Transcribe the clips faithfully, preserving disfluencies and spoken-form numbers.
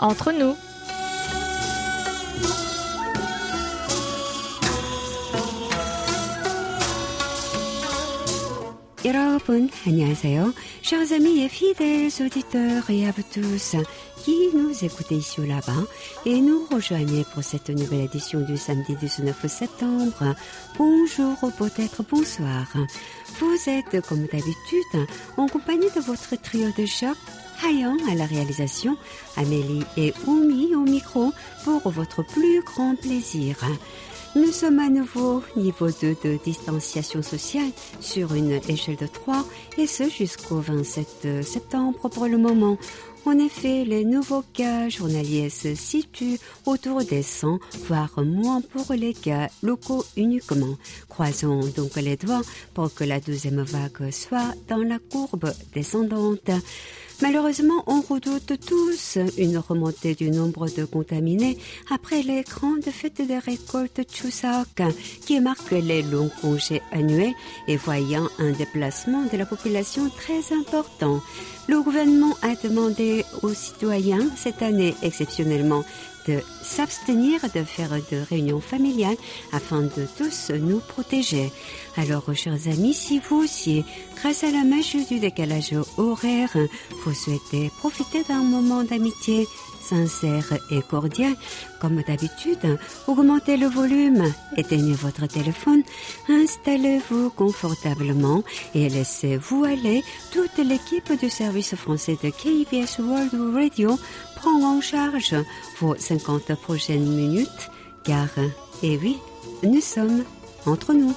entre nous. 여러분, 안녕하세요. Chers amis et fidèles auditeurs et à vous tous qui nous écoutez ici ou là-bas et nous rejoignez pour cette nouvelle édition du samedi dix-neuf septembre. Bonjour ou peut-être bonsoir. Vous êtes, comme d'habitude, en compagnie de votre trio de choc, Hayan à la réalisation, Amélie et Oumi au micro pour votre plus grand plaisir. Nous sommes à nouveau niveau deux de distanciation sociale sur une échelle de trois et ce jusqu'au vingt-sept septembre pour le moment. En effet, les nouveaux cas journaliers se situent autour des cent, voire moins pour les cas locaux uniquement. Croisons donc les doigts pour que la deuxième vague soit dans la courbe descendante. Malheureusement, on redoute tous une remontée du nombre de contaminés après les grandes fêtes de récolte Chuseok qui marquent les longs congés annuels et voyant un déplacement de la population très important. Le gouvernement a demandé aux citoyens, cette année exceptionnellement, de s'abstenir de faire de réunions familiales afin de tous nous protéger. Alors, chers amis, si vous aussi, grâce à la magie du décalage horaire, vous souhaitez profiter d'un moment d'amitié sincère et cordial, comme d'habitude, augmentez le volume, éteignez votre téléphone, installez-vous confortablement et laissez-vous aller. Toute l'équipe du service français de K B S World Radio prend en charge vos cinquante prochaines minutes, car, eh oui, nous sommes entre nous.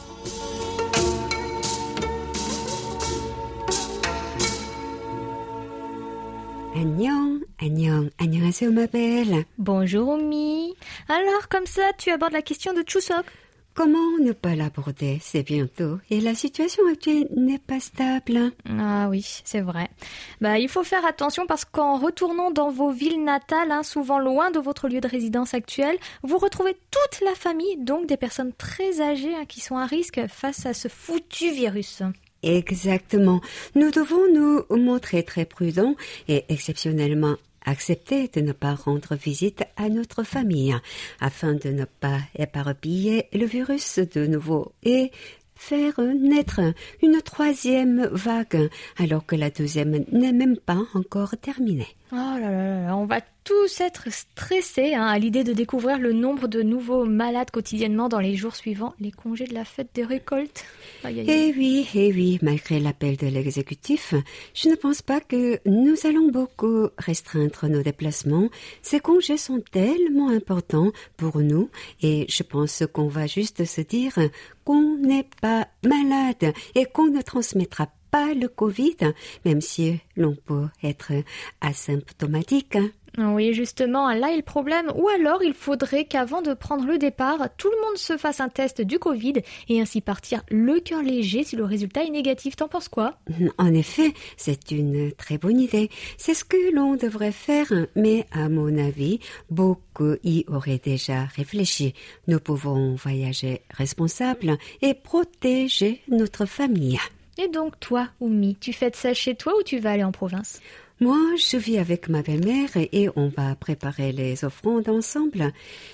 Annyeong, annyeong, annyeonghaseyo ma belle. Bonjour Oumi. Alors comme ça, tu abordes la question de Chuseok. Comment ne pas l'aborder? C'est bientôt et la situation actuelle n'est pas stable. Ah oui, c'est vrai. Bah, il faut faire attention parce qu'en retournant dans vos villes natales, hein, souvent loin de votre lieu de résidence actuel, vous retrouvez toute la famille, donc des personnes très âgées hein, qui sont à risque face à ce foutu virus. Exactement. Nous devons nous montrer très prudents et exceptionnellement accepter de ne pas rendre visite à notre famille afin de ne pas éparpiller le virus de nouveau et faire naître une troisième vague alors que la deuxième n'est même pas encore terminée. Oh là là là, on va tous être stressés hein, à l'idée de découvrir le nombre de nouveaux malades quotidiennement dans les jours suivants les congés de la fête des récoltes. Aïe, aïe, aïe. Eh oui, eh oui, malgré l'appel de l'exécutif, je ne pense pas que nous allons beaucoup restreindre nos déplacements. Ces congés sont tellement importants pour nous et je pense qu'on va juste se dire qu'on n'est pas malade et qu'on ne transmettra pas le Covid, même si l'on peut être asymptomatique. Oui, justement, là est le problème. Ou alors, il faudrait qu'avant de prendre le départ, tout le monde se fasse un test du Covid et ainsi partir le cœur léger si le résultat est négatif. T'en penses quoi? En effet, c'est une très bonne idée. C'est ce que l'on devrait faire, mais à mon avis, beaucoup y auraient déjà réfléchi. Nous pouvons voyager responsables et protéger notre famille. Et donc, toi, Oumi, tu fêtes ça chez toi ou tu vas aller en province? Moi, je vis avec ma belle-mère et on va préparer les offrandes ensemble.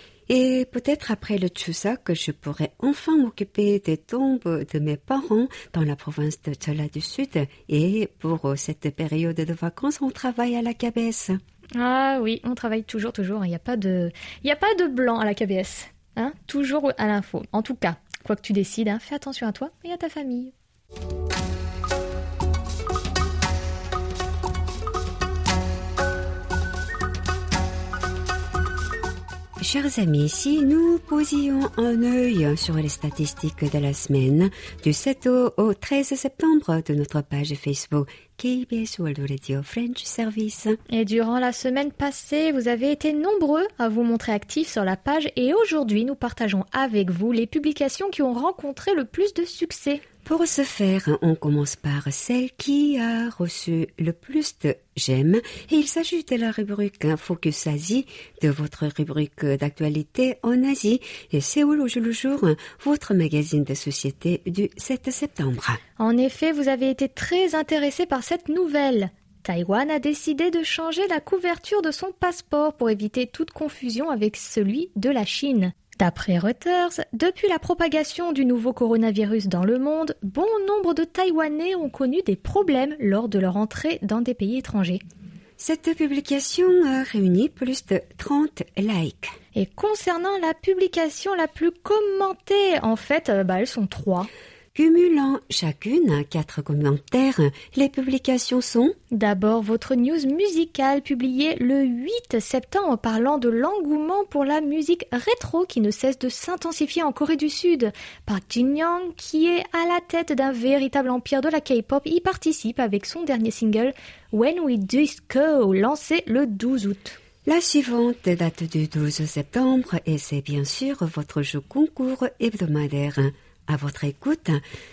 Et peut-être après le Chuseok, je pourrai enfin m'occuper des tombes de mes parents dans la province de Jeolla du Sud. Et pour cette période de vacances, on travaille à la K B S. Ah oui, on travaille toujours, toujours. Il n'y a pas de, il n'y a pas de blanc à la K B S. Hein, toujours à l'info. En tout cas, quoi que tu décides, hein, fais attention à toi et à ta famille. Chers amis, si nous posions un œil sur les statistiques de la semaine du sept au treize septembre de notre page Facebook K B S World Radio French Service. Et durant la semaine passée, vous avez été nombreux à vous montrer actifs sur la page et aujourd'hui, nous partageons avec vous les publications qui ont rencontré le plus de succès. Pour ce faire, on commence par celle qui a reçu le plus de j'aime et il s'agit de la rubrique Focus Asie de votre rubrique d'actualité en Asie et Séoul au jour le jour, votre magazine de société du sept septembre. En effet, vous avez été très intéressés par cette nouvelle. Taïwan a décidé de changer la couverture de son passeport pour éviter toute confusion avec celui de la Chine. D'après Reuters, depuis la propagation du nouveau coronavirus dans le monde, bon nombre de Taïwanais ont connu des problèmes lors de leur entrée dans des pays étrangers. Cette publication a réuni plus de trente likes. Et concernant la publication la plus commentée, en fait, bah, elles sont trois. Cumulant chacune quatre commentaires, les publications sont d'abord votre news musicale publiée le huit septembre parlant de l'engouement pour la musique rétro qui ne cesse de s'intensifier en Corée du Sud. Park Jin-young, qui est à la tête d'un véritable empire de la K-pop, y participe avec son dernier single When We Disco, lancé le douze août. La suivante date du douze septembre et c'est bien sûr votre jeu concours hebdomadaire. À votre écoute,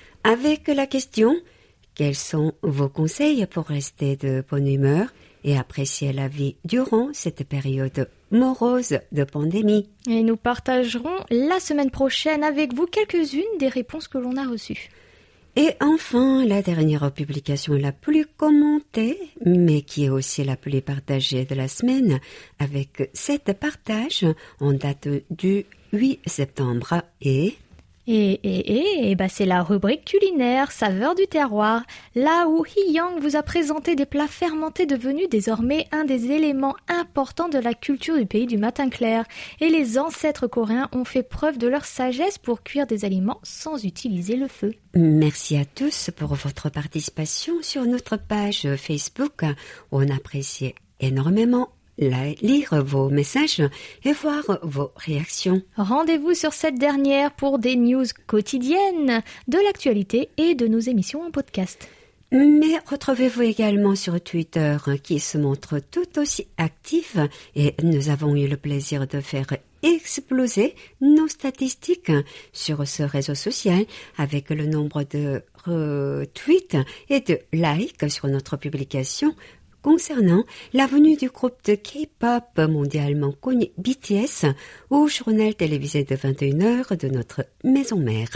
avec la question « Quels sont vos conseils pour rester de bonne humeur et apprécier la vie durant cette période morose de pandémie ?» Et nous partagerons la semaine prochaine avec vous quelques-unes des réponses que l'on a reçues. Et enfin, la dernière publication la plus commentée, mais qui est aussi la plus partagée de la semaine, avec sept partages en date du huit septembre et... Et, et, et, et bah c'est la rubrique culinaire, saveur du terroir, là où Hee-young vous a présenté des plats fermentés devenus désormais un des éléments importants de la culture du pays du matin clair. Et les ancêtres coréens ont fait preuve de leur sagesse pour cuire des aliments sans utiliser le feu. Merci à tous pour votre participation sur notre page Facebook. On apprécie énormément lire vos messages et voir vos réactions. Rendez-vous sur cette dernière pour des news quotidiennes de l'actualité et de nos émissions en podcast. Mais retrouvez-vous également sur Twitter qui se montre tout aussi actif et nous avons eu le plaisir de faire exploser nos statistiques sur ce réseau social avec le nombre de retweets et de likes sur notre publication concernant la venue du groupe de K-pop mondialement connu B T S au journal télévisé de vingt et une heures de notre maison mère.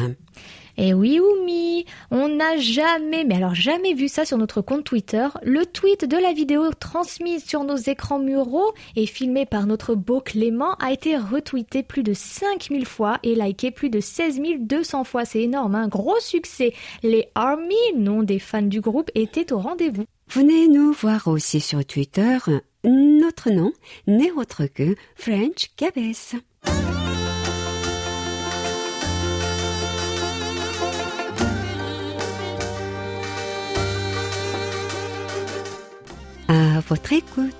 Et oui, Oumi, on n'a jamais, mais alors jamais vu ça sur notre compte Twitter. Le tweet de la vidéo transmise sur nos écrans muraux et filmé par notre beau Clément a été retweeté plus de cinq mille fois et liké plus de seize mille deux cents fois. C'est énorme, un gros succès. Les ARMY, nom des fans du groupe, étaient au rendez-vous. Venez nous voir aussi sur Twitter. Notre nom n'est autre que French Gabès. À votre écoute.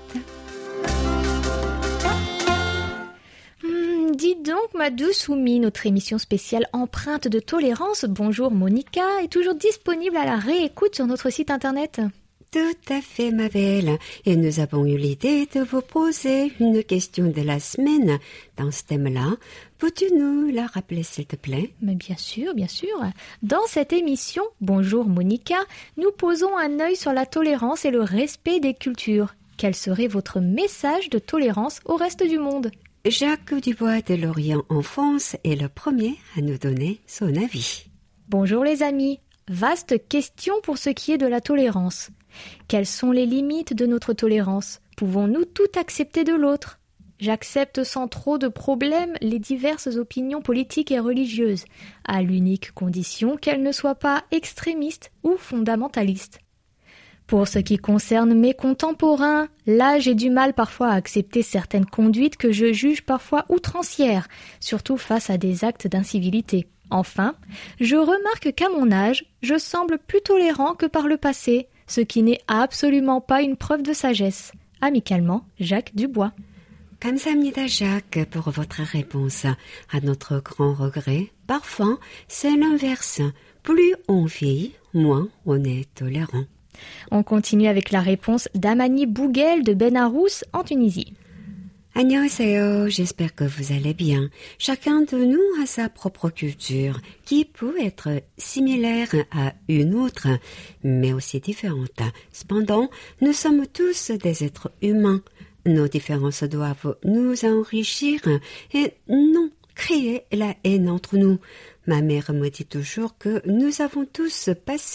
Hum, dis donc, ma douce Oumi, notre émission spéciale empreinte de tolérance, Bonjour Monica, est toujours disponible à la réécoute sur notre site internet. Tout à fait, ma belle. Et nous avons eu l'idée de vous poser une question de la semaine dans ce thème-là. Peux-tu nous la rappeler, s'il te plaît? Mais bien sûr, bien sûr. Dans cette émission, Bonjour Monica, nous posons un œil sur la tolérance et le respect des cultures. Quel serait votre message de tolérance au reste du monde? Jacques Dubois de Lorient en France est le premier à nous donner son avis. Bonjour les amis. Vaste question pour ce qui est de la tolérance. Quelles sont les limites de notre tolérance? Pouvons-nous tout accepter de l'autre? J'accepte sans trop de problèmes les diverses opinions politiques et religieuses, à l'unique condition qu'elles ne soient pas extrémistes ou fondamentalistes. Pour ce qui concerne mes contemporains, là j'ai du mal parfois à accepter certaines conduites que je juge parfois outrancières, surtout face à des actes d'incivilité. Enfin, je remarque qu'à mon âge, je semble plus tolérant que par le passé, ce qui n'est absolument pas une preuve de sagesse. Amicalement, Jacques Dubois. Kamsahamnida Jacques pour votre réponse. À notre grand regret, parfois c'est l'inverse. Plus on vieillit, moins on est tolérant. On continue avec la réponse d'Amani Bouguel de Benarous en Tunisie. Annyeonghaseyo, j'espère que vous allez bien. Chacun de nous a sa propre culture, qui peut être similaire à une autre, mais aussi différente. Cependant, nous sommes tous des êtres humains. Nos différences doivent nous enrichir et non créer la haine entre nous. Ma mère me dit toujours que nous avons tous passé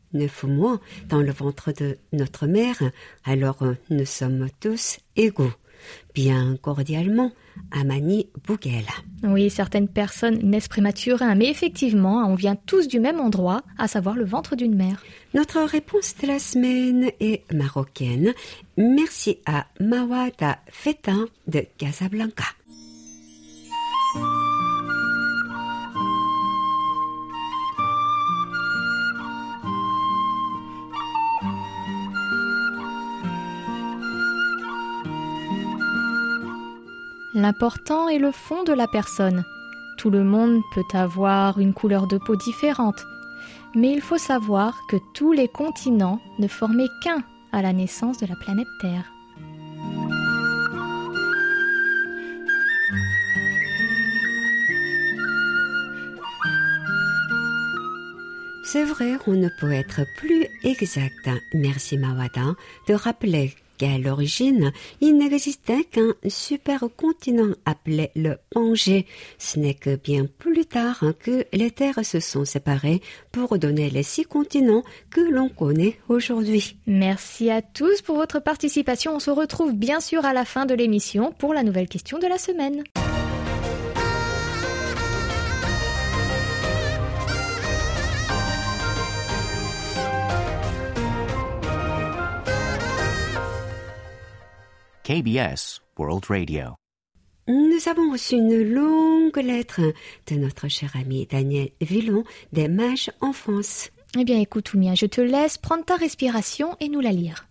neuf mois dans le ventre de notre mère, alors nous sommes tous égaux. Bien cordialement, Amani Bouguel. Oui, certaines personnes naissent prématurées, mais effectivement, on vient tous du même endroit, à savoir le ventre d'une mère. Notre réponse de la semaine est marocaine. Merci à Mawada Fetin de Casablanca. L'important est le fond de la personne. Tout le monde peut avoir une couleur de peau différente, mais il faut savoir que tous les continents ne formaient qu'un à la naissance de la planète Terre. C'est vrai, on ne peut être plus exact. Merci Mawada de rappeler qu'à l'origine, il n'existait qu'un supercontinent appelé le Pangée. Ce n'est que bien plus tard que les terres se sont séparées pour donner les six continents que l'on connaît aujourd'hui. Merci à tous pour votre participation. On se retrouve bien sûr à la fin de l'émission pour la nouvelle question de la semaine. K B S World Radio. Nous avons reçu une longue lettre de notre cher ami Daniel Villon des Mages en France. Eh bien écoute Oumia, je te laisse prendre ta respiration et nous la lire.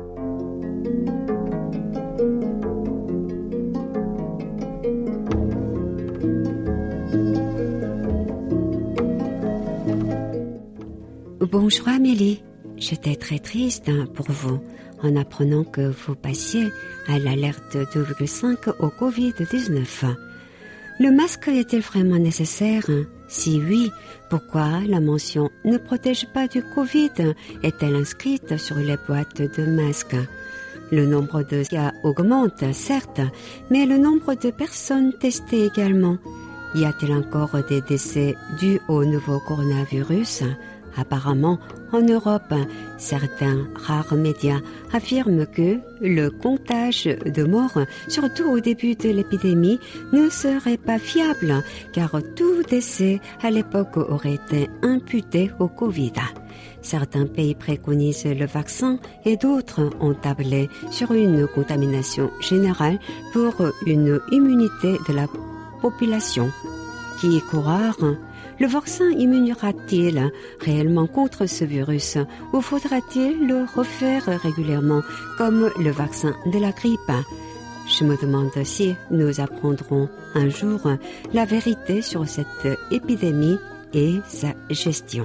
Bonjour Amélie, j'étais très triste pour vous en apprenant que vous passiez à l'alerte deux virgule cinq au covid dix-neuf. Le masque est-il vraiment nécessaire? Si oui, pourquoi la mention « ne protège pas du Covid » est-elle inscrite sur les boîtes de masques? Le nombre de cas augmente, certes, mais le nombre de personnes testées également. Y a-t-il encore des décès dus au nouveau coronavirus? Apparemment, en Europe, certains rares médias affirment que le comptage de morts, surtout au début de l'épidémie, ne serait pas fiable, car tout décès à l'époque aurait été imputé au Covid. Certains pays préconisent le vaccin et d'autres ont tablé sur une contamination générale pour une immunité de la population. Qui y croire? Le vaccin immunisera-t-il réellement contre ce virus ou faudra-t-il le refaire régulièrement comme le vaccin de la grippe? Je me demande si nous apprendrons un jour la vérité sur cette épidémie et sa gestion.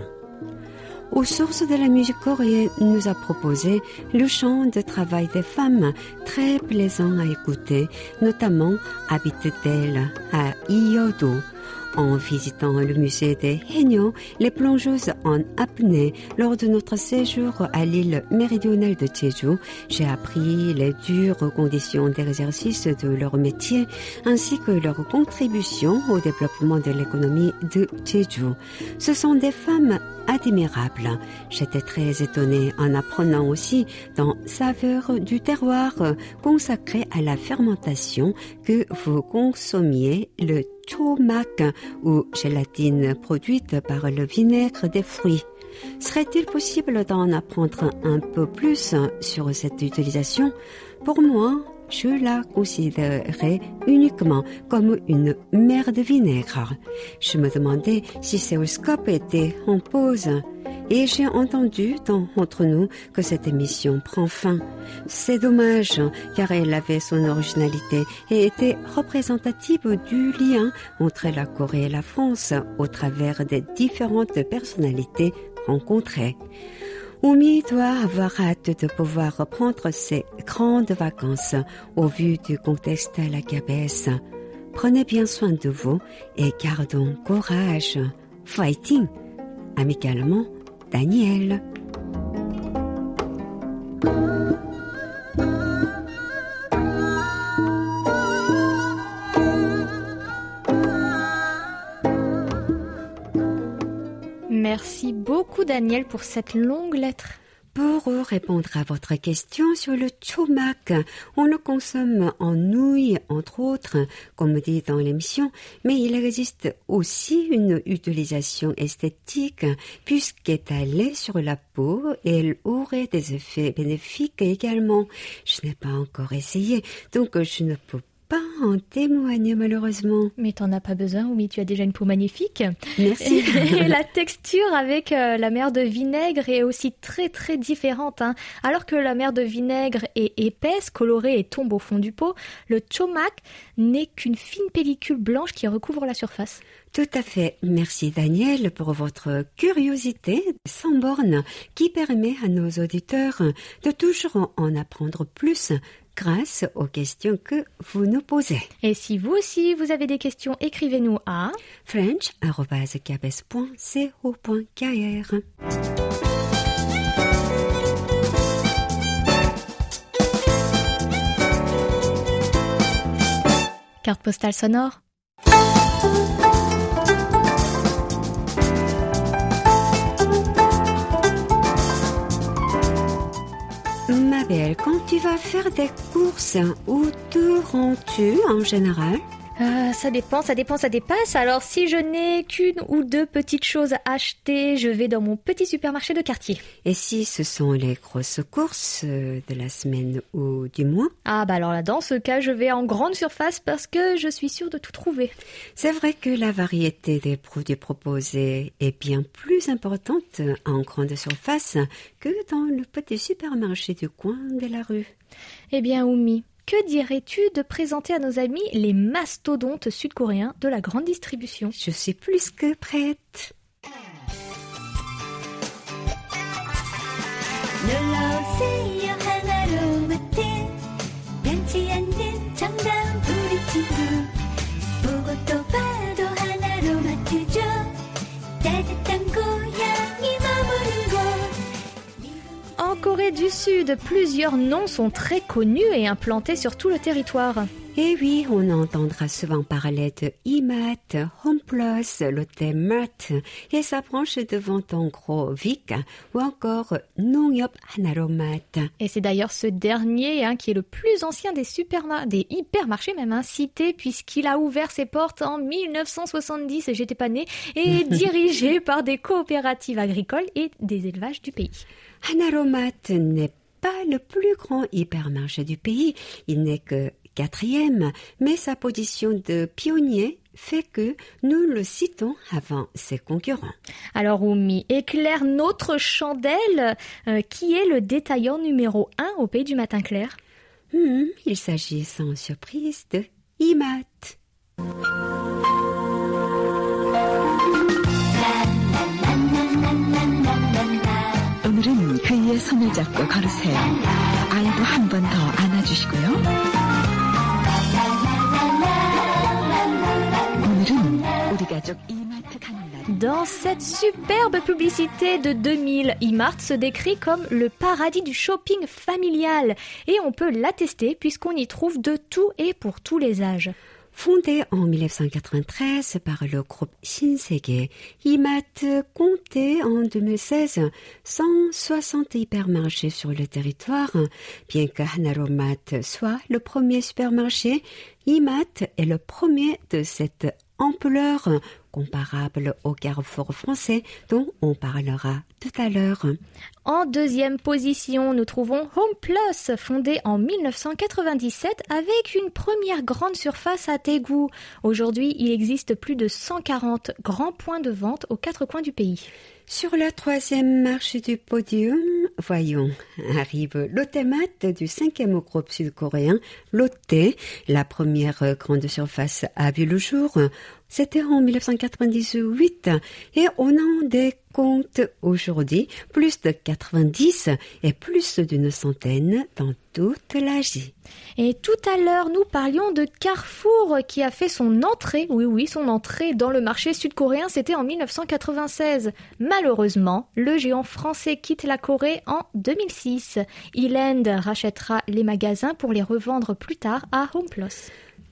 Aux sources de la musique coréenne nous a proposé le chant de travail des femmes, très plaisant à écouter, notamment Habite-t-elle à Iodo. En visitant le musée des Haenyeo, les plongeuses en apnée lors de notre séjour à l'île méridionale de Jeju, j'ai appris les dures conditions d'exercice de leur métier ainsi que leur contribution au développement de l'économie de Jeju. Ce sont des femmes admirables. J'étais très étonnée en apprenant aussi dans Saveurs du terroir consacré à la fermentation que vous consommiez le chomak ou gélatine produite par le vinaigre des fruits. Serait-il possible d'en apprendre un peu plus sur cette utilisation? Pour moi, je la considérais uniquement comme une mer de vinaigre. Je me demandais si Céoscope était en pause. Et j'ai entendu dans Entre nous que cette émission prend fin. C'est dommage, car elle avait son originalité et était représentative du lien entre la Corée et la France au travers des différentes personnalités rencontrées. Oumi doit avoir hâte de pouvoir reprendre ses grandes vacances au vu du contexte à la K B S. Prenez bien soin de vous et gardons courage. Fighting! Amicalement, Daniel. Merci beaucoup Daniel pour cette longue lettre. Pour répondre à votre question sur le chomak, on le consomme en nouilles, entre autres, comme dit dans l'émission, mais il existe aussi une utilisation esthétique, puisqu'étalée sur la peau, elle aurait des effets bénéfiques également. Je n'ai pas encore essayé, donc je ne peux pas en témoigner malheureusement. Mais t'en as pas besoin, Oumi, tu as déjà une peau magnifique. Merci. Et la texture avec euh, la mer de vinaigre est aussi très très différente. Hein. Alors que la mer de vinaigre est épaisse, colorée et tombe au fond du pot, le chomak n'est qu'une fine pellicule blanche qui recouvre la surface. Tout à fait. Merci Daniel pour votre curiosité sans borne qui permet à nos auditeurs de toujours en apprendre plus grâce aux questions que vous nous posez. Et si vous aussi vous avez des questions, écrivez-nous à french arobase k b s point co point k r. Carte postale sonore. Ma belle, quand tu vas faire des courses, où te rends-tu en général? Euh, ça dépend, ça dépend, ça dépasse. Alors si je n'ai qu'une ou deux petites choses à acheter, je vais dans mon petit supermarché de quartier. Et si ce sont les grosses courses de la semaine ou du mois? Ah bah alors là, dans ce cas, je vais en grande surface parce que je suis sûre de tout trouver. C'est vrai que la variété des produits proposés est bien plus importante en grande surface que dans le petit supermarché du coin de la rue. Eh bien, Oumi, que dirais-tu de présenter à nos amis les mastodontes sud-coréens de la grande distribution? Je suis plus que prête. En Corée du Sud, plusieurs noms sont très connus et implantés sur tout le territoire. Et oui, on entendra souvent parler de Imat, Homeplus, Lotte Mart et sa branche de vente en gros Vic ou encore Nongyop Hanaromat. Et c'est d'ailleurs ce dernier hein, qui est le plus ancien des, superma- des hypermarchés même hein, cités puisqu'il a ouvert ses portes en dix-neuf cent soixante-dix, et j'étais pas née, et est dirigé par des coopératives agricoles et des élevages du pays. Hanaromat n'est pas le plus grand hypermarché du pays, il n'est que quatrième, mais sa position de pionnier fait que nous le citons avant ses concurrents. Alors Oumi, éclaire notre chandelle, euh, qui est le détaillant numéro un au pays du matin clair? Hmm, il s'agit sans surprise de Imat. 오늘은 그이의 손을 잡고 걸으세요. 아이도 한 번 더 안아주시고요. Dans cette superbe publicité de deux mille, Imart se décrit comme le paradis du shopping familial. Et on peut l'attester puisqu'on y trouve de tout et pour tous les âges. Fondé en dix-neuf cent quatre-vingt-treize par le groupe Shinsegae, Imat comptait en deux mille seize cent soixante hypermarchés sur le territoire. Bien que Hanaromat soit le premier supermarché, Imat est le premier de cette ampleur comparable au Carrefour français dont on parlera tout à l'heure. En deuxième position, nous trouvons Homeplus, fondé en dix-neuf cent quatre-vingt-dix-sept avec une première grande surface à Daegu. Aujourd'hui, il existe plus de cent quarante grands points de vente aux quatre coins du pays. Sur la troisième marche du podium, voyons, arrive Lotte Mart du cinquième groupe sud-coréen, Lotte. La première grande surface a vu le jour. C'était en dix-neuf cent quatre-vingt-dix-huit et on en décompte aujourd'hui plus de quatre-vingt-dix et plus d'une centaine dans toute l'Asie. Et tout à l'heure, nous parlions de Carrefour qui a fait son entrée, oui oui, son entrée dans le marché sud-coréen, c'était en dix-neuf cent quatre-vingt-seize. Malheureusement, le géant français quitte la Corée en deux mille six. Eland rachètera les magasins pour les revendre plus tard à Homeplus.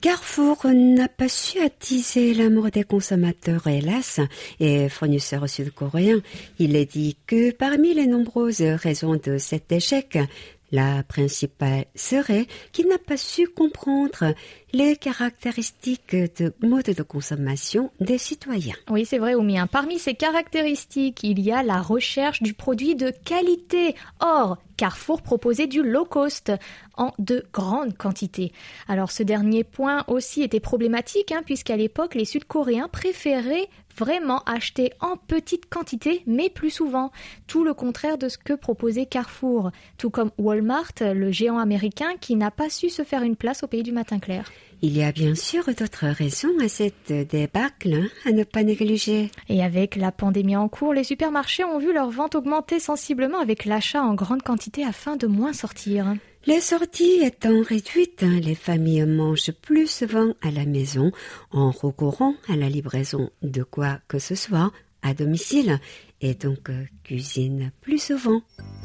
Carrefour n'a pas su attiser l'amour des consommateurs, hélas, et fournisseurs sud-coréens. Il est dit que parmi les nombreuses raisons de cet échec, la principale serait qu'il n'a pas su comprendre les caractéristiques de mode de consommation des citoyens. Oui, c'est vrai, Oumi. Parmi ces caractéristiques, il y a la recherche du produit de qualité. Or, Carrefour proposait du low cost en de grandes quantités. Alors, ce dernier point aussi était problématique, hein, puisqu'à l'époque, les Sud-Coréens préféraient vraiment acheter en petite quantité, mais plus souvent. Tout le contraire de ce que proposait Carrefour. Tout comme Walmart, le géant américain qui n'a pas su se faire une place au pays du matin clair. Il y a bien sûr d'autres raisons à cette débâcle hein, à ne pas négliger. Et avec la pandémie en cours, les supermarchés ont vu leurs ventes augmenter sensiblement avec l'achat en grande quantité afin de moins sortir. Les sorties étant réduites, les familles mangent plus souvent à la maison en recourant à la livraison de quoi que ce soit à domicile et donc euh, cuisinent plus souvent.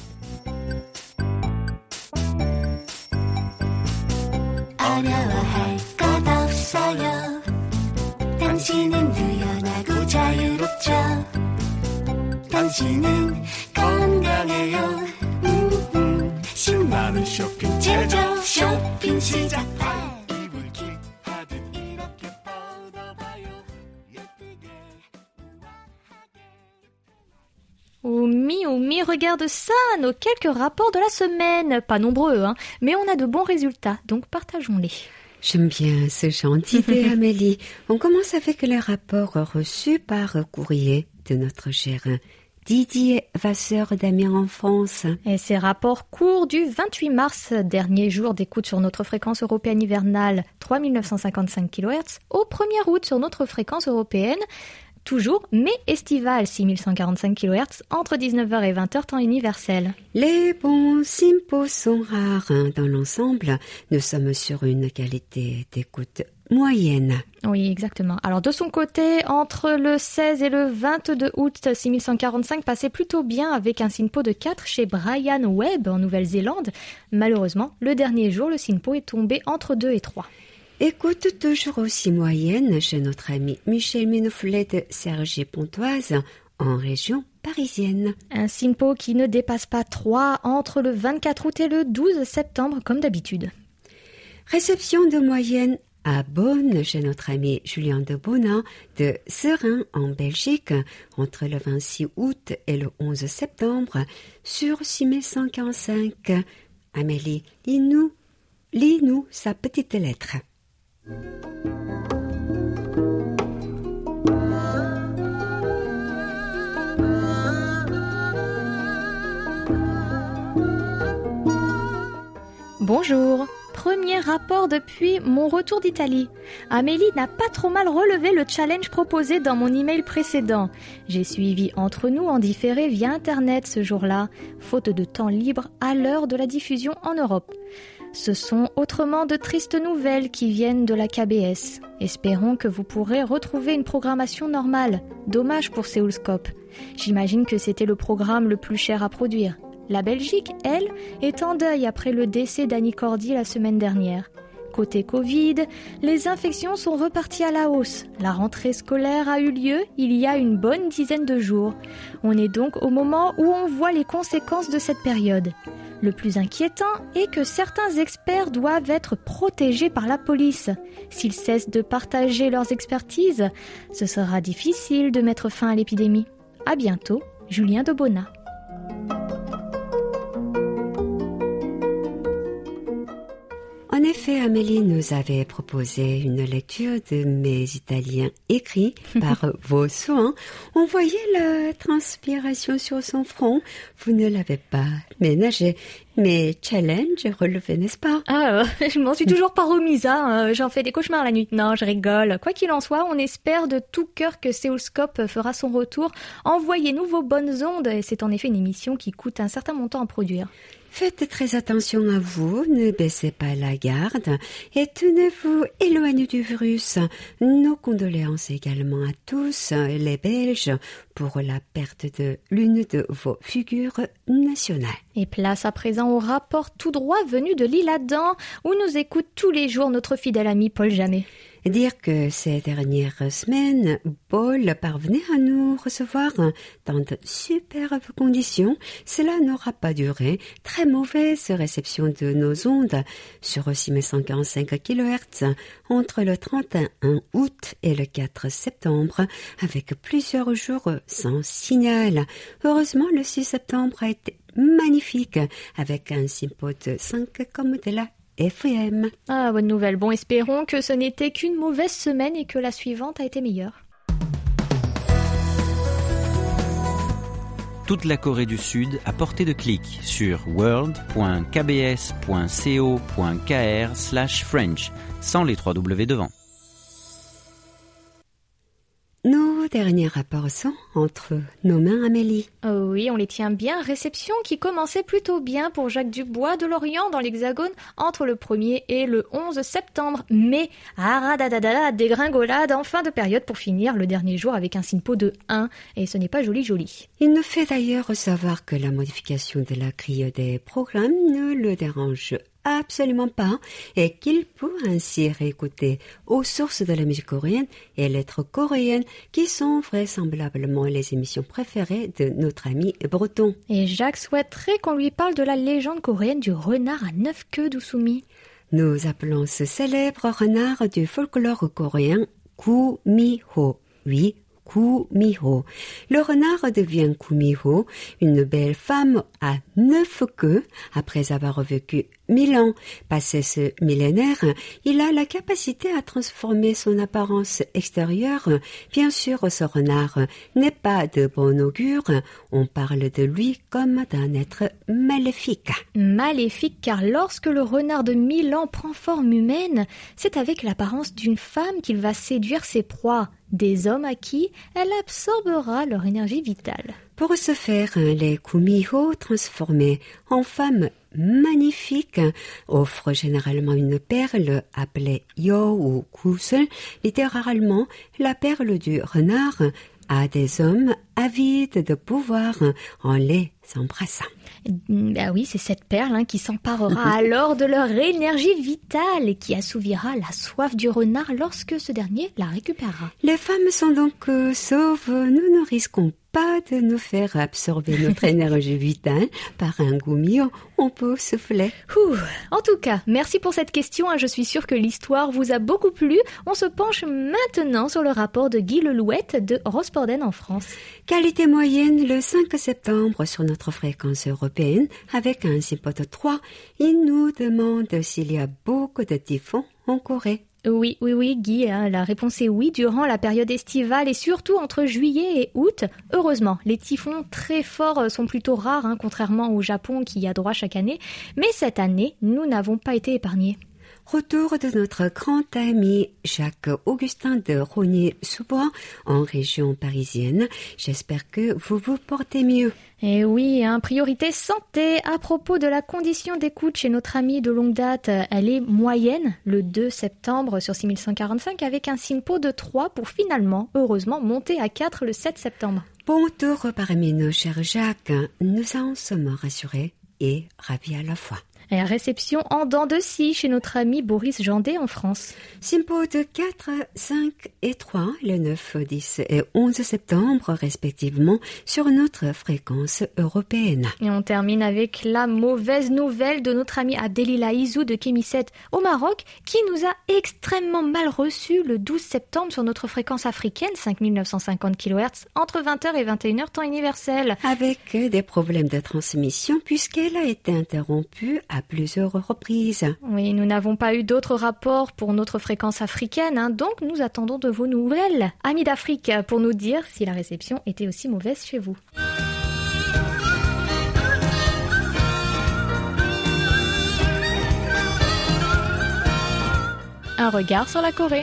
어려워할 것 없어요. 당신은 유연하고 자유롭죠. 당신은 건강해요. 음, 음. 신나는 쇼핑 제조 쇼핑 시작. 이불킥 하듯 이렇게 뻗어봐요. 예쁘게 우아하게. Oumi, Oumi, regarde ça, nos quelques rapports de la semaine. Pas nombreux, hein, mais on a de bons résultats, donc partageons-les. J'aime bien ce genre d'idée, Amélie. On commence avec les rapports reçus par courrier de notre cher Didier Vasseur d'Amiens en France. Et ces rapports courent du vingt-huit mars, dernier jour d'écoute sur notre fréquence européenne hivernale trois mille neuf cent cinquante-cinq kilohertz, au premier août sur notre fréquence européenne, toujours, mais estivale, six mille cent quarante-cinq kilohertz, entre dix-neuf heures et vingt heures, temps universel. Les bons sympos sont rares hein, dans l'ensemble. Nous sommes sur une qualité d'écoute moyenne. Oui, exactement. Alors, de son côté, entre le seize et le vingt-deux août, six mille cent quarante-cinq passait plutôt bien avec un SINPO de quatre chez Brian Webb en Nouvelle-Zélande. Malheureusement, le dernier jour, le SINPO est tombé entre deux et trois. Écoute toujours aussi moyenne chez notre ami Michel Minouflet de Cergy-Pontoise en région parisienne. Un SINPO qui ne dépasse pas trois entre le vingt-quatre août et le douze septembre comme d'habitude. Réception de moyenne à Bonn chez notre ami Julien de Bonin de Serein en Belgique entre le vingt-six août et le onze septembre sur six mille cent quarante-cinq. Amélie, lis-nous, lis-nous sa petite lettre. Bonjour. Premier rapport depuis mon retour d'Italie. Amélie n'a pas trop mal relevé le challenge proposé dans mon email précédent. J'ai suivi Entre nous en différé via Internet ce jour-là, faute de temps libre à l'heure de la diffusion en Europe. Ce sont autrement de tristes nouvelles qui viennent de la K B S. Espérons que vous pourrez retrouver une programmation normale. Dommage pour Séoulscope. J'imagine que c'était le programme le plus cher à produire. La Belgique, elle, est en deuil après le décès d'Annie Cordy la semaine dernière. Côté Covid, les infections sont reparties à la hausse. La rentrée scolaire a eu lieu il y a une bonne dizaine de jours. On est donc au moment où on voit les conséquences de cette période. Le plus inquiétant est que certains experts doivent être protégés par la police. S'ils cessent de partager leurs expertises, ce sera difficile de mettre fin à l'épidémie. À bientôt, Julien de Bonin. En effet, Amélie nous avait proposé une lecture de mes Italiens écrits par vos soins. On voyait la transpiration sur son front. Vous ne l'avez pas ménagé. Mais challenge relevé, n'est-ce pas? Ah, euh, je m'en suis toujours pas remise, hein. J'en fais des cauchemars la nuit. Non, je rigole. Quoi qu'il en soit, on espère de tout cœur que Séoulscope fera son retour. Envoyez-nous vos bonnes ondes. Et c'est en effet une émission qui coûte un certain montant à produire. Faites très attention à vous, ne baissez pas la garde et tenez-vous éloigné du virus. Nos condoléances également à tous les Belges pour la perte de l'une de vos figures nationales. Et place à présent au rapport tout droit venu de l'Isle-Adam, où nous écoute tous les jours notre fidèle ami Paul Jamet. Dire que ces dernières semaines, Paul parvenait à nous recevoir dans de superbes conditions, cela n'aura pas duré. Très mauvaise réception de nos ondes sur six mille cent quarante-cinq kilohertz entre le trente et un août et le quatre septembre, avec plusieurs jours sans signal. Heureusement, le six septembre a été magnifique, avec un simpo de cinq comme de la F M. Ah, bonne nouvelle. Bon, espérons que ce n'était qu'une mauvaise semaine et que la suivante a été meilleure. Toute la Corée du Sud à portée de clic sur world point k b s point co point k r slash French, sans les trois W devant. Nos derniers rapports sont entre nos mains, Amélie. Oh oui, on les tient bien. Réception qui commençait plutôt bien pour Jacques Dubois de Lorient dans l'Hexagone entre le premier et le onze septembre. Mais, aradadadada, dégringolade en fin de période pour finir le dernier jour avec un SINPO de un. Et ce n'est pas joli joli. Il nous fait d'ailleurs savoir que la modification de la grille des programmes ne le dérange absolument pas et qu'il peut ainsi réécouter aux sources de la musique coréenne et lettres coréennes qui sont vraisemblablement les émissions préférées de notre ami breton. Et Jacques souhaiterait qu'on lui parle de la légende coréenne du renard à neuf queues d'Usumi. Nous appelons ce célèbre renard du folklore coréen Kumiho. Oui, Kumiho. Le renard devient Kumiho, une belle femme à neuf queues. Après avoir vécu mille ans. Passé ce millénaire, il a la capacité à transformer son apparence extérieure. Bien sûr, ce renard n'est pas de bon augure. On parle de lui comme d'un être maléfique. Maléfique, car lorsque le renard de mille ans prend forme humaine, c'est avec l'apparence d'une femme qu'il va séduire ses proies, des hommes à qui elle absorbera leur énergie vitale. Pour ce faire, les Kumiho, transformés en femmes magnifiques, offrent généralement une perle appelée Yo ou Kusel, littéralement la perle du renard, à des hommes avides de pouvoir en les embrassant. Ben oui, c'est cette perle hein, qui s'emparera alors de leur énergie vitale et qui assouvira la soif du renard lorsque ce dernier la récupérera. Les femmes sont donc euh, sauves, nous ne risquons pas de nous faire absorber notre énergie vitale par un goumillon, on peut souffler. Ouh. En tout cas, merci pour cette question, hein. Je suis sûre que l'histoire vous a beaucoup plu. On se penche maintenant sur le rapport de Guy Lelouette de Rosporden en France. Qualité moyenne le cinq septembre sur notre fréquence européenne avec un SINPO trois. Il nous demande s'il y a beaucoup de typhons en Corée. Oui, oui, oui, Guy, hein, la réponse est oui, durant la période estivale et surtout entre juillet et août. Heureusement, les typhons très forts sont plutôt rares, hein, contrairement au Japon qui y a droit chaque année. Mais cette année, nous n'avons pas été épargnés. Retour de notre grand ami Jacques-Augustin de Rogny-sous-Bois en région parisienne. J'espère que vous vous portez mieux. Et oui, hein, priorité santé. À propos de la condition d'écoute chez notre amie de longue date, elle est moyenne le deux septembre sur six mille cent quarante-cinq avec un SINPO de trois pour finalement, heureusement, monter à quatre le sept septembre. Bon tour parmi nos chers Jacques. Nous en sommes rassurés et ravis à la fois. Et réception en dents de scie chez notre ami Boris Jandet en France. SINPO de quatre, cinq et trois, le neuf, dix et onze septembre respectivement sur notre fréquence européenne. Et on termine avec la mauvaise nouvelle de notre ami Abdelila Izou de Kémisset au Maroc qui nous a extrêmement mal reçus le douze septembre sur notre fréquence africaine cinq mille neuf cent cinquante kilohertz entre vingt heures et vingt et une heures temps universel. Avec des problèmes de transmission puisqu'elle a été interrompue à à plusieurs reprises. Oui, nous n'avons pas eu d'autres rapports pour notre fréquence africaine, hein, donc nous attendons de vos nouvelles, amis d'Afrique, pour nous dire si la réception était aussi mauvaise chez vous. Un regard sur la Corée.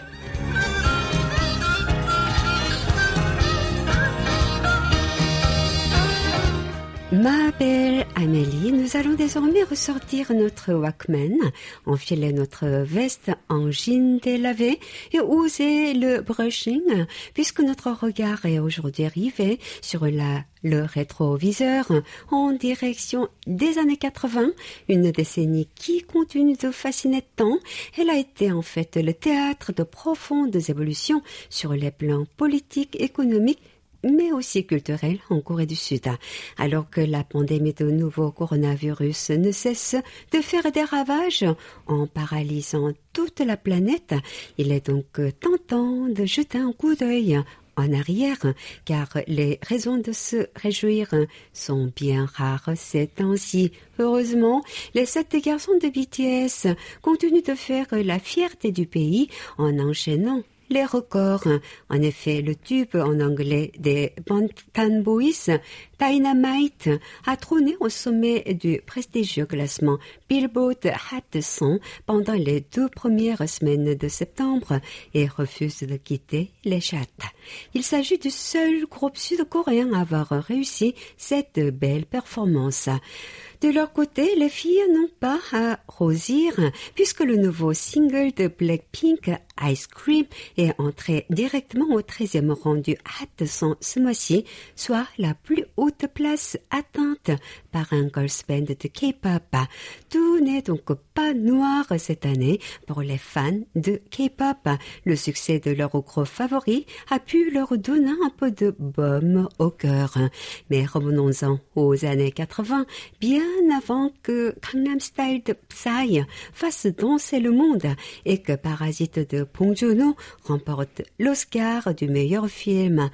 Ma belle Amélie, nous allons désormais ressortir notre Walkman, enfiler notre veste en jean délavé et oser le brushing, puisque notre regard est aujourd'hui arrivé sur la, le rétroviseur en direction des années quatre-vingts, une décennie qui continue de fasciner tant. Elle a été en fait le théâtre de profondes évolutions sur les plans politiques, économiques, mais aussi culturel en Corée du Sud. Alors que la pandémie de nouveau coronavirus ne cesse de faire des ravages en paralysant toute la planète, il est donc tentant de jeter un coup d'œil en arrière, car les raisons de se réjouir sont bien rares ces temps-ci. Heureusement, les sept garçons de B T S continuent de faire la fierté du pays en enchaînant les records. En effet, le tube en anglais des Bangtan Boys, Dynamite, a trôné au sommet du prestigieux classement Billboard Hot cent pendant les deux premières semaines de septembre et refuse de quitter les charts. Il s'agit du seul groupe sud-coréen à avoir réussi cette belle performance. De leur côté, les filles n'ont pas à rosir puisque le nouveau single de Blackpink, Ice Cream, est entré directement au treizième rang du Hot cent ce mois-ci, soit la plus haute place atteinte par un girls band de K-pop. Tout n'est donc pas noir cette année pour les fans de K-pop. Le succès de leur groupe favori a pu leur donner un peu de baume au cœur. Mais revenons-en aux années quatre-vingts, bien avant que Gangnam Style de Psy fasse danser le monde et que Parasite de Bong Joon-ho remporte l'Oscar du meilleur film.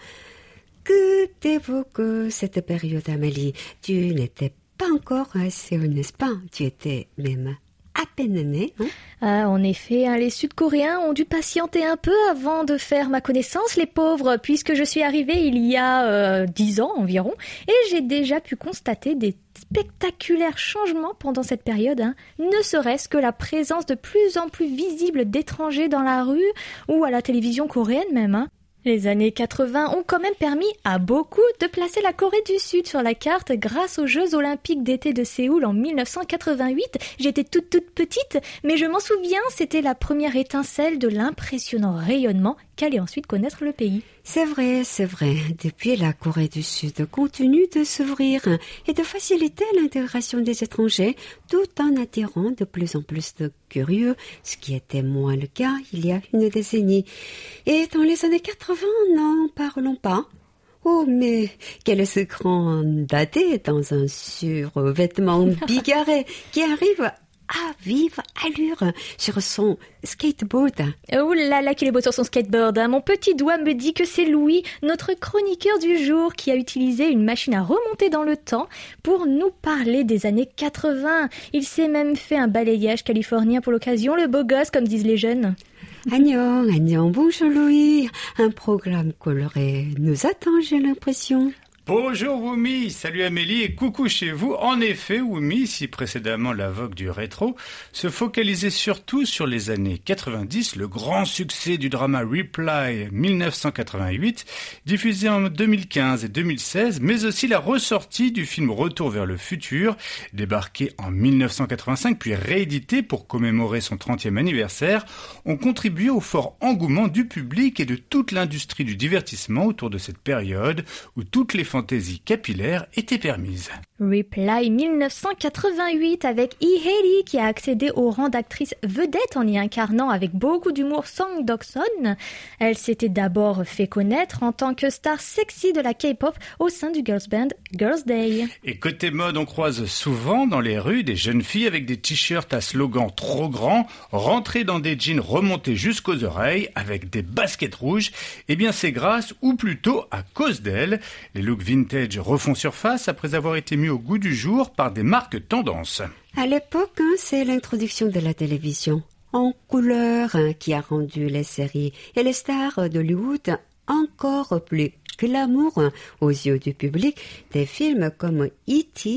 Que t'évoque cette période, Amélie? Tu n'étais pas encore assez, n'est-ce pas? Tu étais même à peine née, hein? Ah, en effet, hein, les Sud-Coréens ont dû patienter un peu avant de faire ma connaissance, les pauvres, puisque je suis arrivée il y a euh, dix ans environ, et j'ai déjà pu constater des spectaculaires changements pendant cette période, hein. Ne serait-ce que la présence de plus en plus visible d'étrangers dans la rue ou à la télévision coréenne même, hein. Les années quatre-vingts ont quand même permis à beaucoup de placer la Corée du Sud sur la carte grâce aux Jeux Olympiques d'été de Séoul en mille neuf cent quatre-vingt-huit. J'étais toute toute petite, mais je m'en souviens, c'était la première étincelle de l'impressionnant rayonnement qu'allait ensuite connaître le pays. C'est vrai, c'est vrai. Depuis, la Corée du Sud continue de s'ouvrir et de faciliter l'intégration des étrangers tout en attirant de plus en plus de curieux, ce qui était moins le cas il y a une décennie. Et dans les années quatre-vingts, n'en parlons pas. Oh, mais quel est ce grand dadé dans un survêtement bigarré qui arrive à vive allure sur son skateboard. Oh là là, qu'il est beau sur son skateboard, hein. Mon petit doigt me dit que c'est Louis, notre chroniqueur du jour, qui a utilisé une machine à remonter dans le temps pour nous parler des années quatre-vingts. Il s'est même fait un balayage californien pour l'occasion, le beau gosse, comme disent les jeunes. Agnon, Agnon, bonjour Louis. Un programme coloré nous attend, j'ai l'impression. Bonjour Wumi, salut Amélie et coucou chez vous. En effet, Wumi, si précédemment la vogue du rétro, se focalisait surtout sur les années quatre-vingt-dix, le grand succès du drama Reply mille neuf cent quatre-vingt-huit, diffusé en deux mille quinze et deux mille seize, mais aussi la ressortie du film Retour vers le futur, débarqué en mille neuf cent quatre-vingt-cinq puis réédité pour commémorer son trentième anniversaire, ont contribué au fort engouement du public et de toute l'industrie du divertissement autour de cette période où toutes les fantaisies capillaires étaient permises. Reply mille neuf cent quatre-vingt-huit avec Lee Hae-ri qui a accédé au rang d'actrice vedette en y incarnant avec beaucoup d'humour Song Dok-sun. Elle s'était d'abord fait connaître en tant que star sexy de la K-pop au sein du girls band Girls Day. Et côté mode, on croise souvent dans les rues des jeunes filles avec des t-shirts à slogan trop grands, rentrées dans des jeans remontés jusqu'aux oreilles avec des baskets rouges. Eh bien c'est grâce, ou plutôt à cause d'elles. Les looks vintage refont surface après avoir été mis au goût du jour par des marques tendances. À l'époque, hein, c'est l'introduction de la télévision en couleur hein, qui a rendu les séries et les stars d'Hollywood encore plus glamour hein, aux yeux du public. Des films comme E T,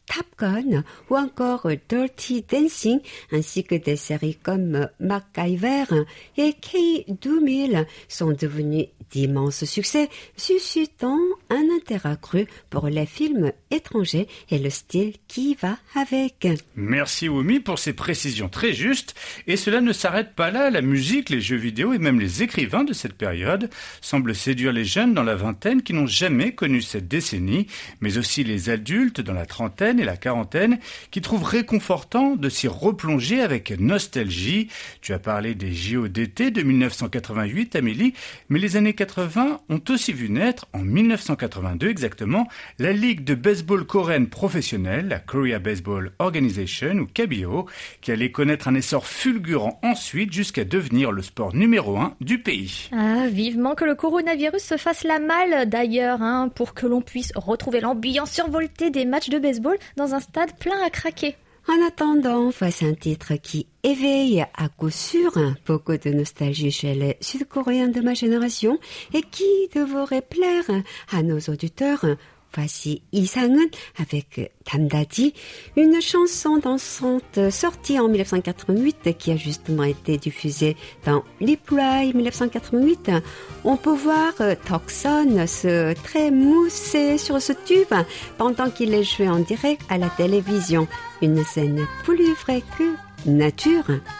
Top Gun ou encore Dirty Dancing, ainsi que des séries comme MacGyver et K deux mille sont devenus d'immenses succès, suscitant un intérêt accru pour les films étrangers et le style qui va avec. Merci Wumi pour ces précisions très justes. Et cela ne s'arrête pas là. La musique, les jeux vidéo et même les écrivains de cette période semblent séduire les jeunes dans la vingtaine qui n'ont jamais connu cette décennie, mais aussi les adultes dans la trentaine et la quarantaine qui trouvent réconfortant de s'y replonger avec nostalgie. Tu as parlé des J O d'été de mille neuf cent quatre-vingt-huit, Amélie, mais les années quatre-vingts ont aussi vu naître, en mille neuf cent quatre-vingt-deux exactement, la Ligue de baseball coréenne professionnelle, la Korea Baseball Organization ou K B O, qui allait connaître un essor fulgurant ensuite jusqu'à devenir le sport numéro un du pays. Ah, vivement que le coronavirus se fasse la malle d'ailleurs, hein, pour que l'on puisse retrouver l'ambiance survoltée des matchs de baseball dans un stade plein à craquer. En attendant, voici un titre qui éveille à coup sûr beaucoup de nostalgie chez les Sud-Coréens de ma génération et qui devrait plaire à nos auditeurs. Voici 이상은 avec Damdadi, une chanson dansante sortie en mille neuf cent quatre-vingt-huit qui a justement été diffusée dans Reply mille neuf cent quatre-vingt-huit. On peut voir Tokson se trémousser sur ce tube pendant qu'il est joué en direct à la télévision. Une scène plus vraie que nature.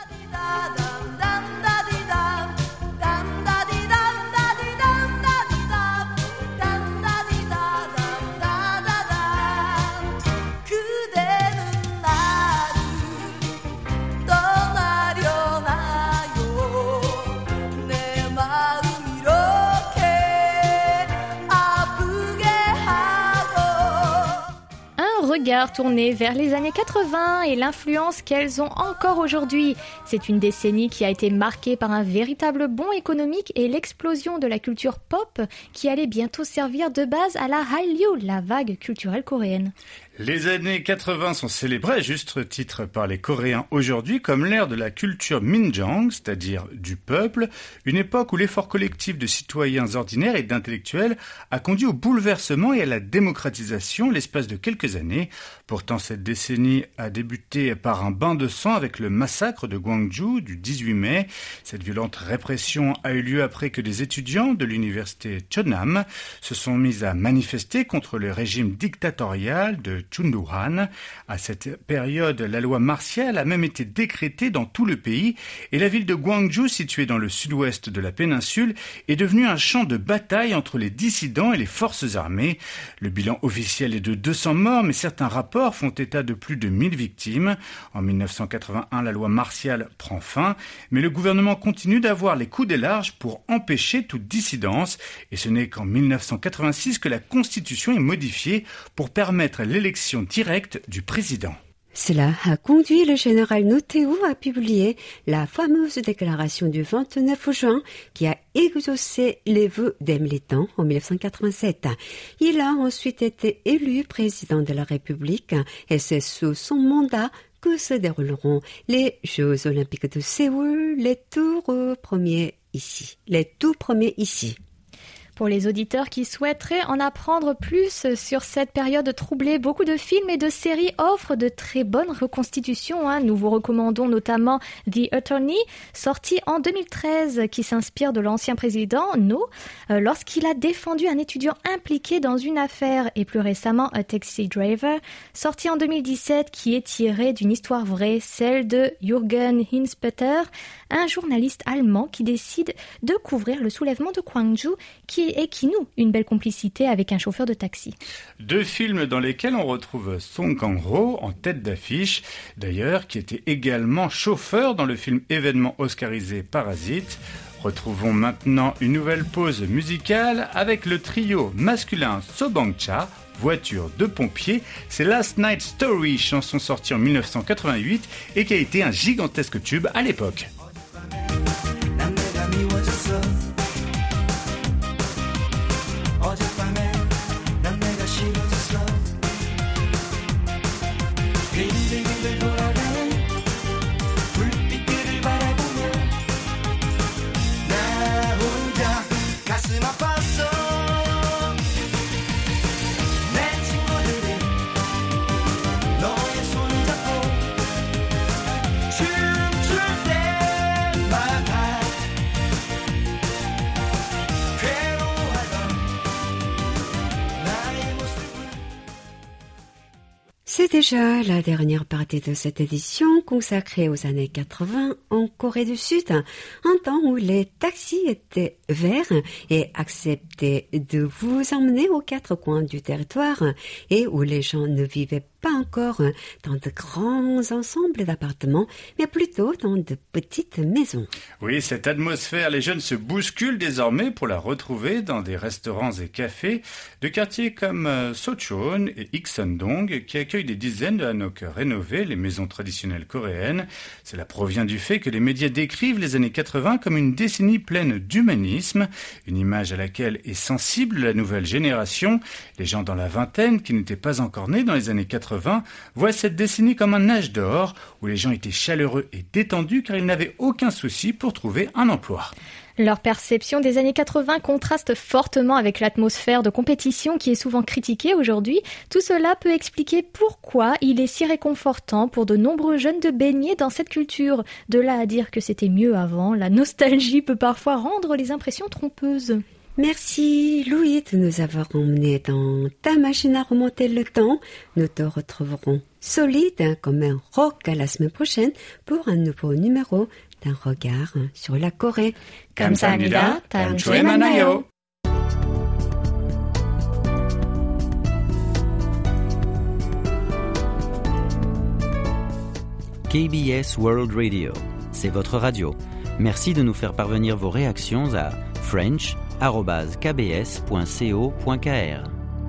Regard tourné vers les années quatre-vingts et l'influence qu'elles ont encore aujourd'hui. C'est une décennie qui a été marquée par un véritable bond économique et l'explosion de la culture pop qui allait bientôt servir de base à la Hallyu, la vague culturelle coréenne. Les années quatre-vingts sont célébrées à juste titre par les Coréens aujourd'hui comme l'ère de la culture Minjang, c'est-à-dire du peuple, une époque où l'effort collectif de citoyens ordinaires et d'intellectuels a conduit au bouleversement et à la démocratisation l'espace de quelques années. Pourtant, cette décennie a débuté par un bain de sang avec le massacre de Gwangju du dix-huit mai. Cette violente répression a eu lieu après que des étudiants de l'université Cheonnam se sont mis à manifester contre le régime dictatorial de Chun Doo-han. À cette période, la loi martiale a même été décrétée dans tout le pays et la ville de Gwangju, située dans le sud-ouest de la péninsule, est devenue un champ de bataille entre les dissidents et les forces armées. Le bilan officiel est de deux cents morts, mais certains rapports font état de plus de mille victimes. En mille neuf cent quatre-vingt-un, la loi martiale prend fin, mais le gouvernement continue d'avoir les coudes larges pour empêcher toute dissidence. Et ce n'est qu'en mille neuf cent quatre-vingt-six que la Constitution est modifiée pour permettre l'élection directe du président. Cela a conduit le général No Tae-woo à publier la fameuse déclaration du vingt-neuf juin qui a exaucé les vœux des militants en mille neuf cent quatre-vingt-sept. Il a ensuite été élu président de la République et c'est sous son mandat que se dérouleront les Jeux Olympiques de Séoul, les tout premiers ici. Les tout premiers ici. Pour les auditeurs qui souhaiteraient en apprendre plus sur cette période troublée, beaucoup de films et de séries offrent de très bonnes reconstitutions. Hein. Nous vous recommandons notamment The Attorney, sorti en deux mille treize, qui s'inspire de l'ancien président No, euh, lorsqu'il a défendu un étudiant impliqué dans une affaire, et plus récemment A Taxi Driver, sorti en deux mille dix-sept, qui est tiré d'une histoire vraie, celle de Jürgen Hinspeter, un journaliste allemand qui décide de couvrir le soulèvement de Gwangju, qui et qui noue une belle complicité avec un chauffeur de taxi. Deux films dans lesquels on retrouve Song Kang-ho en tête d'affiche, d'ailleurs, qui était également chauffeur dans le film événement oscarisé Parasite. Retrouvons maintenant une nouvelle pause musicale avec le trio masculin Sobangcha, voiture de pompier. C'est Last Night Story, chanson sortie en mille neuf cent quatre-vingt-huit et qui a été un gigantesque tube à l'époque. C'est déjà la dernière partie de cette édition consacrée aux années quatre-vingts en Corée du Sud, un temps où les taxis étaient verts et acceptaient de vous emmener aux quatre coins du territoire et où les gens ne vivaient pas encore dans de grands ensembles d'appartements, mais plutôt dans de petites maisons. Oui, cette atmosphère, les jeunes se bousculent désormais pour la retrouver dans des restaurants et cafés de quartiers comme Sochon et Iksan-dong qui accueillent des dizaines de hanok rénovés, les maisons traditionnelles coréennes. Cela provient du fait que les médias décrivent les années quatre-vingts comme une décennie pleine d'humanisme, une image à laquelle est sensible la nouvelle génération. Les gens dans la vingtaine, qui n'étaient pas encore nés dans les années quatre-vingts, voient cette décennie comme un âge d'or où les gens étaient chaleureux et détendus car ils n'avaient aucun souci pour trouver un emploi. Leur perception des années quatre-vingts contraste fortement avec l'atmosphère de compétition qui est souvent critiquée aujourd'hui. Tout cela peut expliquer pourquoi il est si réconfortant pour de nombreux jeunes de baigner dans cette culture. De là à dire que c'était mieux avant, la nostalgie peut parfois rendre les impressions trompeuses. Merci Louis de nous avoir emmenés dans ta machine à remonter le temps. Nous te retrouverons solide comme un roc à la semaine prochaine pour un nouveau numéro d'un regard sur la Corée. 감사합니다. 다음 주에 만나요. K B S World Radio, c'est votre radio. Merci de nous faire parvenir vos réactions à french arobase k b s point co point k r.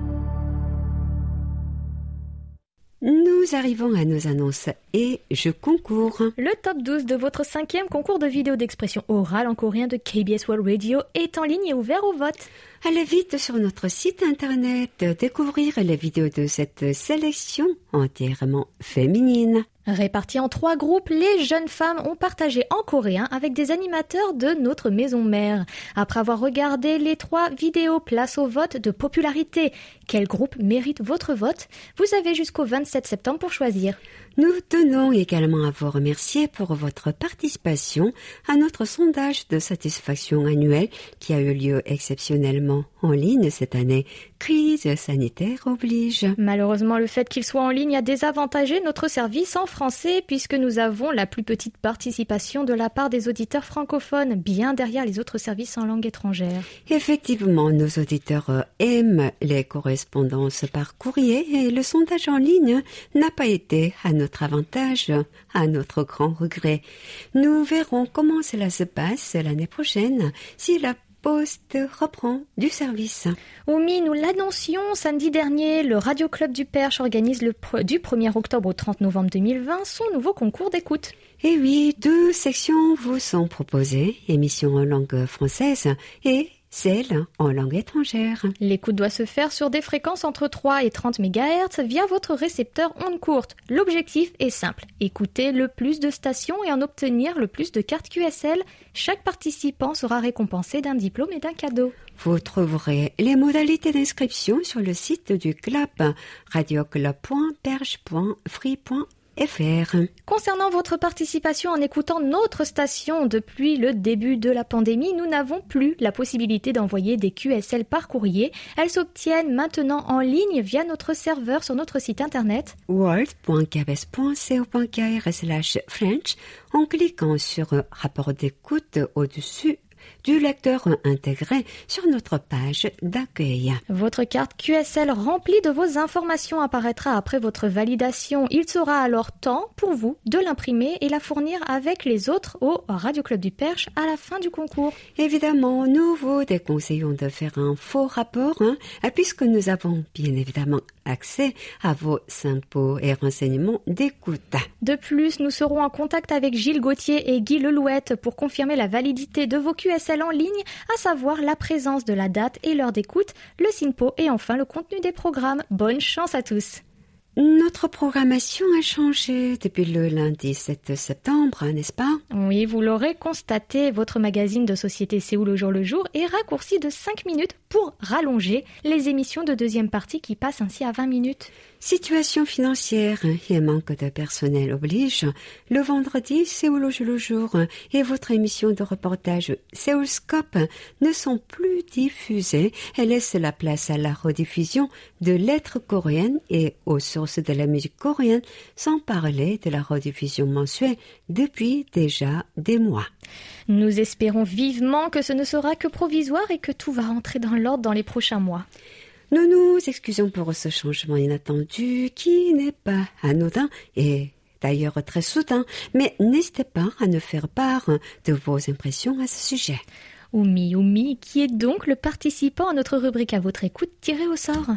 Nous arrivons à nos annonces et je concours. Le top douze de votre cinquième concours de vidéo d'expression orale en coréen de K B S World Radio est en ligne et ouvert au vote. Allez vite sur notre site internet découvrir les vidéos de cette sélection entièrement féminine. Répartis en trois groupes, les jeunes femmes ont partagé en coréen avec des animateurs de notre maison mère. Après avoir regardé les trois vidéos, place au vote de popularité. Quel groupe mérite votre vote? Vous avez jusqu'au vingt-sept septembre pour choisir. Nous tenons également à vous remercier pour votre participation à notre sondage de satisfaction annuel qui a eu lieu exceptionnellement en ligne cette année. Crise sanitaire oblige. Malheureusement, le fait qu'il soit en ligne a désavantagé notre service en français puisque nous avons la plus petite participation de la part des auditeurs francophones, bien derrière les autres services en langue étrangère. Effectivement, nos auditeurs aiment les correspondances par courrier et le sondage en ligne n'a pas été à notre avantage, à notre grand regret. Nous verrons comment cela se passe l'année prochaine si la Poste reprend du service. Oumi, nous l'annoncions samedi dernier, le Radio Club du Perche organise le pr- du premier octobre au trente novembre deux mille vingt son nouveau concours d'écoute. Et oui, deux sections vous sont proposées, émission en langue française et celle en langue étrangère. L'écoute doit se faire sur des fréquences entre trois et trente mégahertz via votre récepteur onde courte. L'objectif est simple, écouter le plus de stations et en obtenir le plus de cartes Q S L. Chaque participant sera récompensé d'un diplôme et d'un cadeau. Vous trouverez les modalités d'inscription sur le site du club radioclub point perche point free point f r. Concernant votre participation en écoutant notre station depuis le début de la pandémie, nous n'avons plus la possibilité d'envoyer des Q S L par courrier. Elles s'obtiennent maintenant en ligne via notre serveur sur notre site internet world point k b s point co point k r slash french en cliquant sur rapport d'écoute au-dessus du lecteur intégré sur notre page d'accueil. Votre carte Q S L remplie de vos informations apparaîtra après votre validation. Il sera alors temps pour vous de l'imprimer et la fournir avec les autres au Radio Club du Perche à la fin du concours. Évidemment, nous vous déconseillons de faire un faux rapport, hein, puisque nous avons bien évidemment accès à vos impôts et renseignements d'écoute. De plus, nous serons en contact avec Gilles Gauthier et Guy Lelouette pour confirmer la validité de vos Q S L en ligne, à savoir la présence de la date et l'heure d'écoute, le SINPO et enfin le contenu des programmes. Bonne chance à tous! Notre programmation a changé depuis le lundi sept septembre, n'est-ce pas? Oui, vous l'aurez constaté, votre magazine de société Séoul au jour le jour est raccourci de cinq minutes pour rallonger les émissions de deuxième partie qui passent ainsi à vingt minutes. Situation financière et manque de personnel oblige. Le vendredi, Séoul au jour le jour et votre émission de reportage Séoulscope ne sont plus diffusées et laissent la place à la rediffusion de lettres coréennes et aux sources force de la musique coréenne, sans parler de la rediffusion mensuelle depuis déjà des mois. Nous espérons vivement que ce ne sera que provisoire et que tout va rentrer dans l'ordre dans les prochains mois. Nous nous excusons pour ce changement inattendu qui n'est pas anodin et d'ailleurs très soudain, mais n'hésitez pas à nous faire part de vos impressions à ce sujet. Oumi, Oumi, qui est donc le participant à notre rubrique à votre écoute tiré au sort.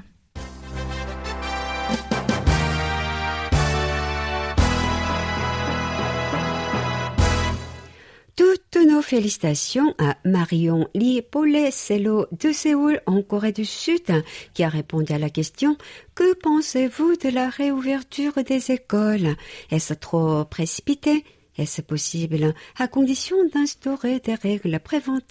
Toutes nos félicitations à Marion Lee Polé-Selo de Séoul en Corée du Sud qui a répondu à la question « Que pensez-vous de la réouverture des écoles ? Est-ce trop précipité ? Est-ce possible à condition d'instaurer des règles préventives ?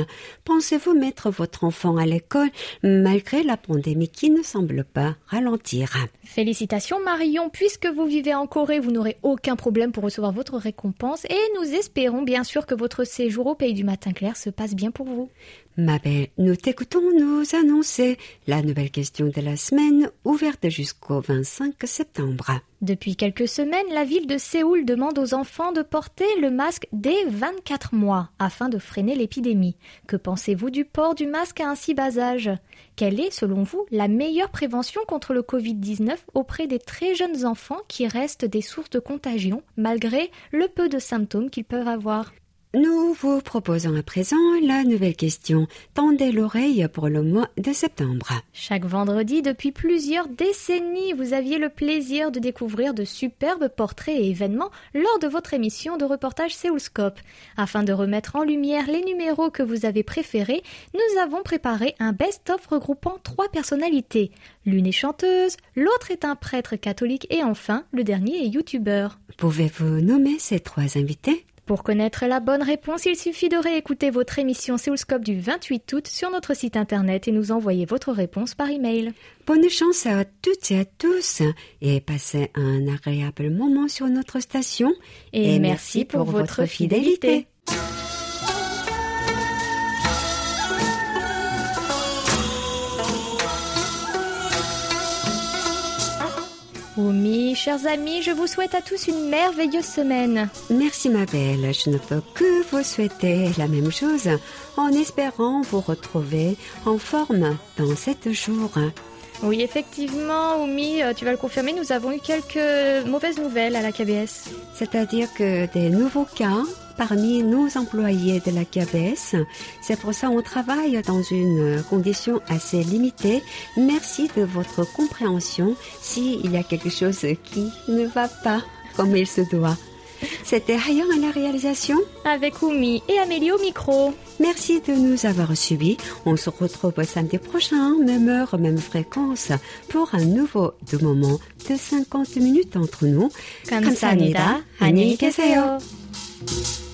Pensez-vous mettre votre enfant à l'école malgré la pandémie qui ne semble pas ralentir ?» Félicitations Marion, puisque vous vivez en Corée, vous n'aurez aucun problème pour recevoir votre récompense et nous espérons bien sûr que votre séjour au pays du matin clair se passe bien pour vous. Ma belle, nous t'écoutons nous annoncer la nouvelle question de la semaine ouverte jusqu'au vingt-cinq septembre. Depuis quelques semaines, la ville de Séoul demande aux enfants de porter le masque dès vingt-quatre mois afin de freiner l'épidémie. Que pensez-vous du port du masque à un si bas âge ? Quelle est, selon vous, la meilleure prévention contre le covid dix-neuf auprès des très jeunes enfants qui restent des sources de contagion malgré le peu de symptômes qu'ils peuvent avoir ? Nous vous proposons à présent la nouvelle question. Tendez l'oreille pour le mois de septembre. Chaque vendredi, depuis plusieurs décennies, vous aviez le plaisir de découvrir de superbes portraits et événements lors de votre émission de reportage Séoulscope. Afin de remettre en lumière les numéros que vous avez préférés, nous avons préparé un best-of regroupant trois personnalités. L'une est chanteuse, l'autre est un prêtre catholique et enfin, le dernier est youtubeur. Pouvez-vous nommer ces trois invités ? Pour connaître la bonne réponse, il suffit de réécouter votre émission Séoulscope du vingt-huit août sur notre site internet et nous envoyer votre réponse par email. Bonne chance à toutes et à tous et passez un agréable moment sur notre station. Et, et merci pour, pour votre fidélité. fidélité. Oumi, chers amis, je vous souhaite à tous une merveilleuse semaine. Merci ma belle, je ne peux que vous souhaiter la même chose en espérant vous retrouver en forme dans sept jours. Oui, effectivement, Oumi, tu vas le confirmer, nous avons eu quelques mauvaises nouvelles à la K B S. C'est-à-dire que des nouveaux cas parmi nos employés de la K B S. C'est pour ça qu'on travaille dans une condition assez limitée. Merci de votre compréhension s'il y a quelque chose qui ne va pas comme il se doit. C'était Hayan à la réalisation. Avec Oumi et Amélie au micro. Merci de nous avoir suivis. On se retrouve samedi prochain, même heure, même fréquence, pour un nouveau de moment de cinquante minutes entre nous. 감사합니다. 안녕히 계세요.